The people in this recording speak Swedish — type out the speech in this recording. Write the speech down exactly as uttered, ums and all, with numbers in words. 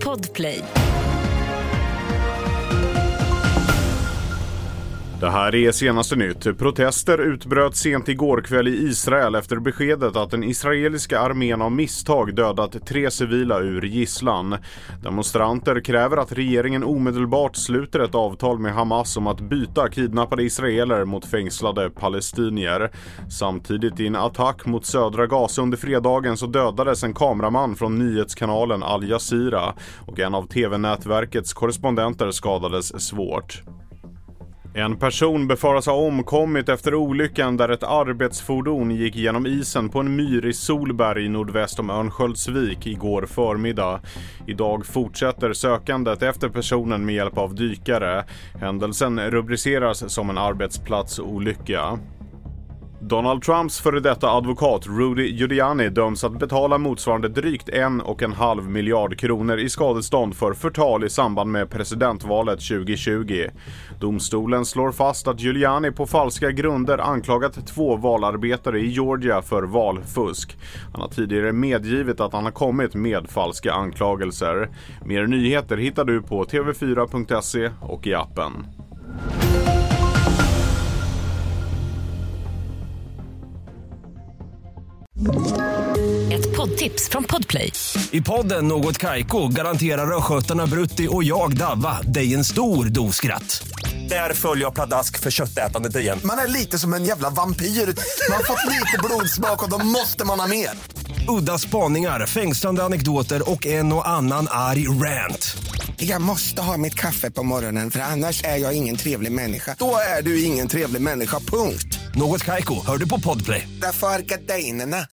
Podplay. Det här är senaste nytt. Protester utbröt sent igår kväll i Israel efter beskedet att den israeliska armén av misstag dödat tre civila ur gisslan. Demonstranter kräver att regeringen omedelbart sluter ett avtal med Hamas om att byta kidnappade israeler mot fängslade palestinier. Samtidigt i en attack mot södra Gaza under fredagen så dödades en kameraman från nyhetskanalen Al Jazeera och en av tv-nätverkets korrespondenter skadades svårt. En person befaras ha omkommit efter olyckan där ett arbetsfordon gick genom isen på en myr i Solberg nordväst om Örnsköldsvik igår förmiddag. Idag fortsätter sökandet efter personen med hjälp av dykare. Händelsen rubriceras som en arbetsplatsolycka. Donald Trumps före detta advokat Rudy Giuliani döms att betala motsvarande drygt en och en halv miljard kronor i skadestånd för förtal i samband med presidentvalet tjugo tjugo. Domstolen slår fast att Giuliani på falska grunder anklagat två valarbetare i Georgia för valfusk. Han har tidigare medgivit att han har kommit med falska anklagelser. Mer nyheter hittar du på t v fyra punkt se och i appen. Ett poddtips från Podplay. I podden Något Kaiko garanterar röskötarna Brutti och jag Davva dig en stor doskratt. Där följer jag pladask för köttätandet igen. Man är lite som en jävla vampyr. Man har fått lite blodsmak och då måste man ha mer. Udda spaningar, fängslande anekdoter och en och annan arg rant. Jag måste ha mitt kaffe på morgonen för annars är jag ingen trevlig människa. Då är du ingen trevlig människa, punkt. Något Kaiko, hör du på Podplay. Därför är gardinerna.